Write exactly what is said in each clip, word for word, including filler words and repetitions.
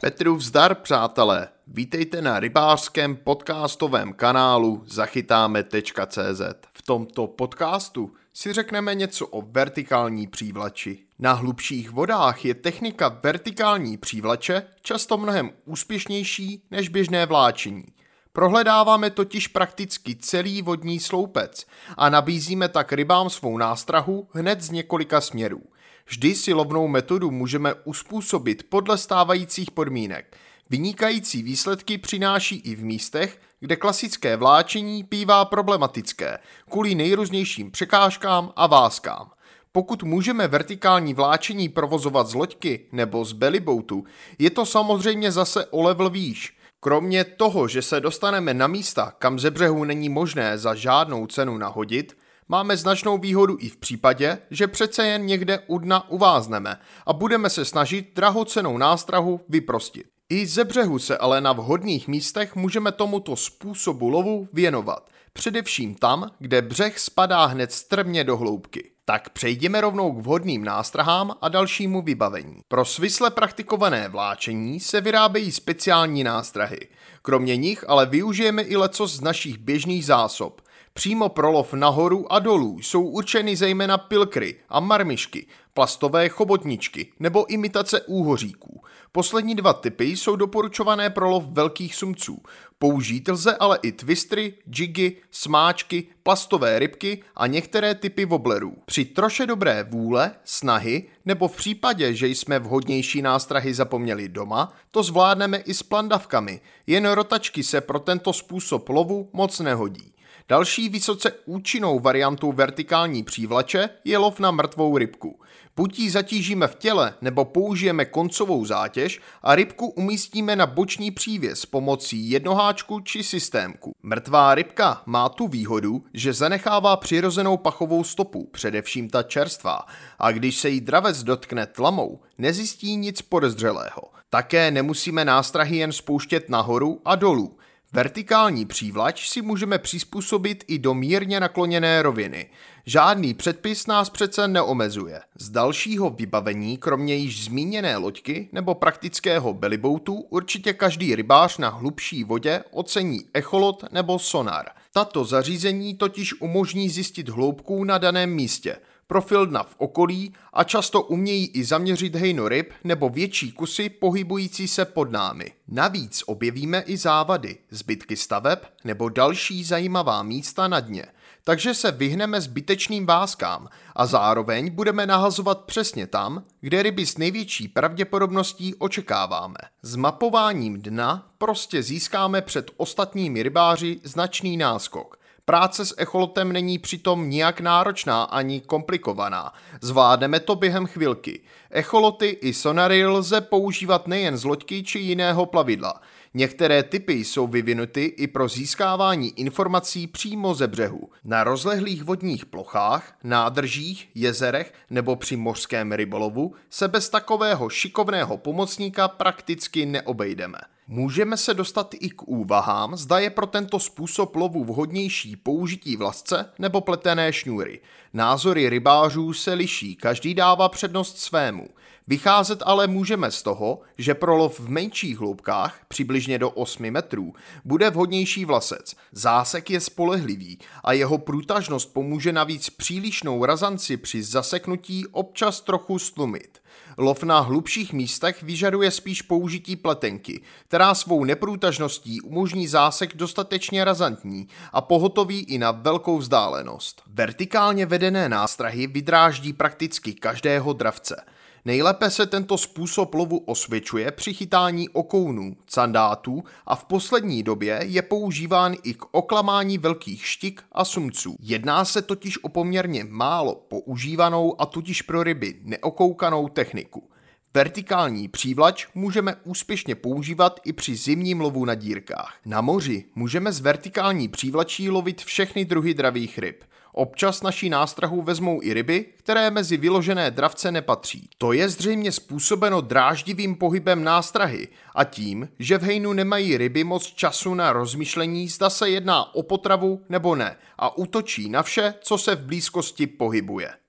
Petrův zdar, přátelé, vítejte na rybářském podcastovém kanálu zachytáme tečka cé zet. V tomto podcastu si řekneme něco o vertikální přívlači. Na hlubších vodách je technika vertikální přívlače často mnohem úspěšnější než běžné vláčení. Prohledáváme totiž prakticky celý vodní sloupec a nabízíme tak rybám svou nástrahu hned z několika směrů. Vždy si lovnou metodu můžeme uspůsobit podle stávajících podmínek. Vynikající výsledky přináší i v místech, kde klasické vláčení bývá problematické kvůli nejrůznějším překážkám a váskám. Pokud můžeme vertikální vláčení provozovat z loďky nebo z bellyboatu, je to samozřejmě zase o level výš. Kromě toho, že se dostaneme na místa, kam ze břehu není možné za žádnou cenu nahodit, máme značnou výhodu i v případě, že přece jen někde u dna uvázneme a budeme se snažit drahocennou nástrahu vyprostit. I ze břehu se ale na vhodných místech můžeme tomuto způsobu lovu věnovat, především tam, kde břeh spadá hned strmě do hloubky. Tak přejdeme rovnou k vhodným nástrahám a dalšímu vybavení. Pro svisle praktikované vláčení se vyrábějí speciální nástrahy. Kromě nich ale využijeme i lecos z našich běžných zásob. Přímo pro lov nahoru a dolů jsou určeny zejména pilkry a marmišky, plastové chobotničky nebo imitace úhoříků. Poslední dva typy jsou doporučované pro lov velkých sumců. Použít lze ale i twistry, jigy, smáčky, plastové rybky a některé typy wobblerů. Při troše dobré vůle, snahy nebo v případě, že jsme vhodnější nástrahy zapomněli doma, to zvládneme i s plandavkami, jen rotačky se pro tento způsob lovu moc nehodí. Další vysoce účinnou variantou vertikální přívlače je lov na mrtvou rybku. Buď ji zatížíme v těle, nebo použijeme koncovou zátěž a rybku umístíme na boční přívěs pomocí jednoháčku či systémku. Mrtvá rybka má tu výhodu, že zanechává přirozenou pachovou stopu, především ta čerstvá, a když se jí dravec dotkne tlamou, nezjistí nic podezřelého. Také nemusíme nástrahy jen spouštět nahoru a dolů. Vertikální přívlač si můžeme přizpůsobit i do mírně nakloněné roviny. Žádný předpis nás přece neomezuje. Z dalšího vybavení, kromě již zmíněné loďky nebo praktického bellyboatu, určitě každý rybář na hlubší vodě ocení echolot nebo sonar. Tato zařízení totiž umožní zjistit hloubku na daném místě, profil dna v okolí a často umějí i zaměřit hejno ryb nebo větší kusy pohybující se pod námi. Navíc objevíme i závady, zbytky staveb nebo další zajímavá místa na dně, takže se vyhneme zbytečným váskám a zároveň budeme nahazovat přesně tam, kde ryby s největší pravděpodobností očekáváme. S mapováním dna prostě získáme před ostatními rybáři značný náskok. Práce s echolotem není přitom nijak náročná ani komplikovaná. Zvládneme to během chvilky. Echoloty i sonary lze používat nejen z loďky či jiného plavidla. Některé typy jsou vyvinuty i pro získávání informací přímo ze břehu. Na rozlehlých vodních plochách, nádržích, jezerech nebo při mořském rybolovu se bez takového šikovného pomocníka prakticky neobejdeme. Můžeme se dostat i k úvahám, zda je pro tento způsob lovu vhodnější použití vlasce nebo pletené šňůry. Názory rybářů se liší, každý dává přednost svému. Vycházet ale můžeme z toho, že pro lov v menších hloubkách, přibližně do osmi metrů, bude vhodnější vlasec. Zásek je spolehlivý a jeho průtažnost pomůže navíc přílišnou razanci při zaseknutí občas trochu stlumit. Lov na hlubších místech vyžaduje spíš použití pletenky, která svou neprůtažností umožní zásek dostatečně razantní a pohotový i na velkou vzdálenost. Vertikálně vedené nástrahy vydráždí prakticky každého dravce. Nejlépe se tento způsob lovu osvědčuje při chytání okounů, candátů a v poslední době je používán i k oklamání velkých štik a sumců. Jedná se totiž o poměrně málo používanou a tudíž pro ryby neokoukanou techniku. Vertikální přívlač můžeme úspěšně používat i při zimním lovu na dírkách. Na moři můžeme z vertikální přívlačí lovit všechny druhy dravých ryb. Občas naší nástrahu vezmou i ryby, které mezi vyložené dravce nepatří. To je zřejmě způsobeno dráždivým pohybem nástrahy a tím, že v hejnu nemají ryby moc času na rozmyšlení, zda se jedná o potravu nebo ne, a útočí na vše, co se v blízkosti pohybuje.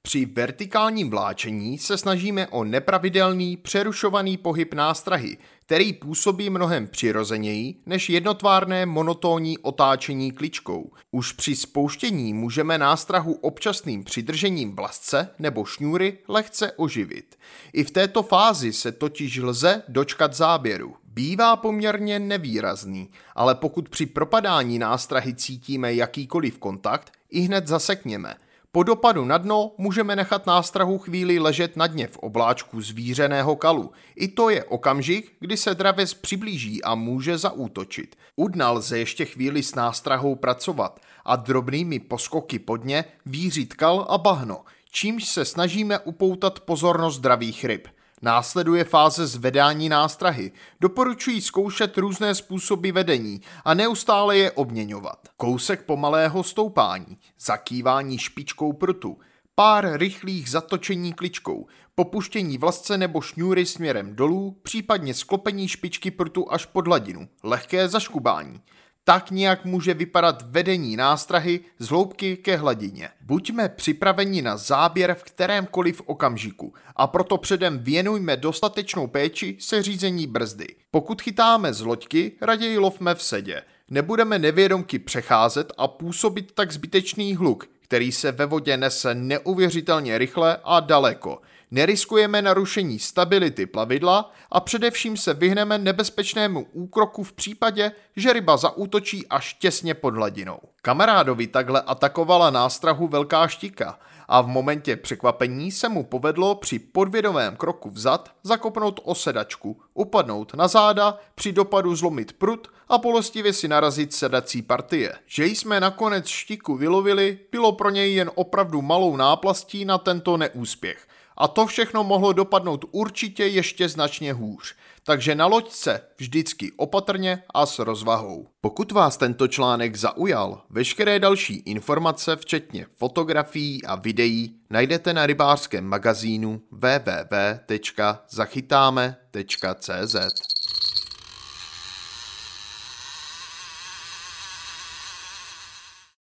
Při vertikálním vláčení se snažíme o nepravidelný, přerušovaný pohyb nástrahy, který působí mnohem přirozeněji než jednotvárné monotónní otáčení kličkou. Už při spouštění můžeme nástrahu občasným přidržením vlasce nebo šňůry lehce oživit. I v této fázi se totiž lze dočkat záběru. Bývá poměrně nevýrazný, ale pokud při propadání nástrahy cítíme jakýkoliv kontakt, ihned zasekněme. Po dopadu na dno můžeme nechat nástrahu chvíli ležet na dně v obláčku zvířeného kalu. I to je okamžik, kdy se dravec přiblíží a může zaútočit. U dna lze ještě chvíli s nástrahou pracovat a drobnými poskoky pod ně vířit kal a bahno, čímž se snažíme upoutat pozornost dravých ryb. Následuje fáze zvedání nástrahy. Doporučuji zkoušet různé způsoby vedení a neustále je obměňovat. Kousek pomalého stoupání, zakývání špičkou prutu, pár rychlých zatočení kličkou, popuštění vlasce nebo šňůry směrem dolů, případně sklopení špičky prutu až pod hladinu, lehké zaškubání. Tak nějak může vypadat vedení nástrahy z hloubky ke hladině. Buďme připraveni na záběr v kterémkoliv okamžiku a proto předem věnujme dostatečnou péči se řízení brzdy. Pokud chytáme z loďky, raději lovme v sedě. Nebudeme nevědomky přecházet a působit tak zbytečný hluk, který se ve vodě nese neuvěřitelně rychle a daleko. Neriskujeme narušení stability plavidla a především se vyhneme nebezpečnému úkroku v případě, že ryba zaútočí až těsně pod hladinou. Kamarádovi takhle atakovala nástrahu velká štika a v momentě překvapení se mu povedlo při podvědomém kroku vzad zakopnout o sedačku, upadnout na záda, při dopadu zlomit prut a bolestivě si narazit sedací partie. Že jsme nakonec štiku vylovili, bylo pro něj jen opravdu malou náplastí na tento neúspěch. A to všechno mohlo dopadnout určitě ještě značně hůř. Takže na loďce vždycky opatrně a s rozvahou. Pokud vás tento článek zaujal, veškeré další informace, včetně fotografií a videí, najdete na rybářském magazínu w w w tečka zachytáme tečka cé zet.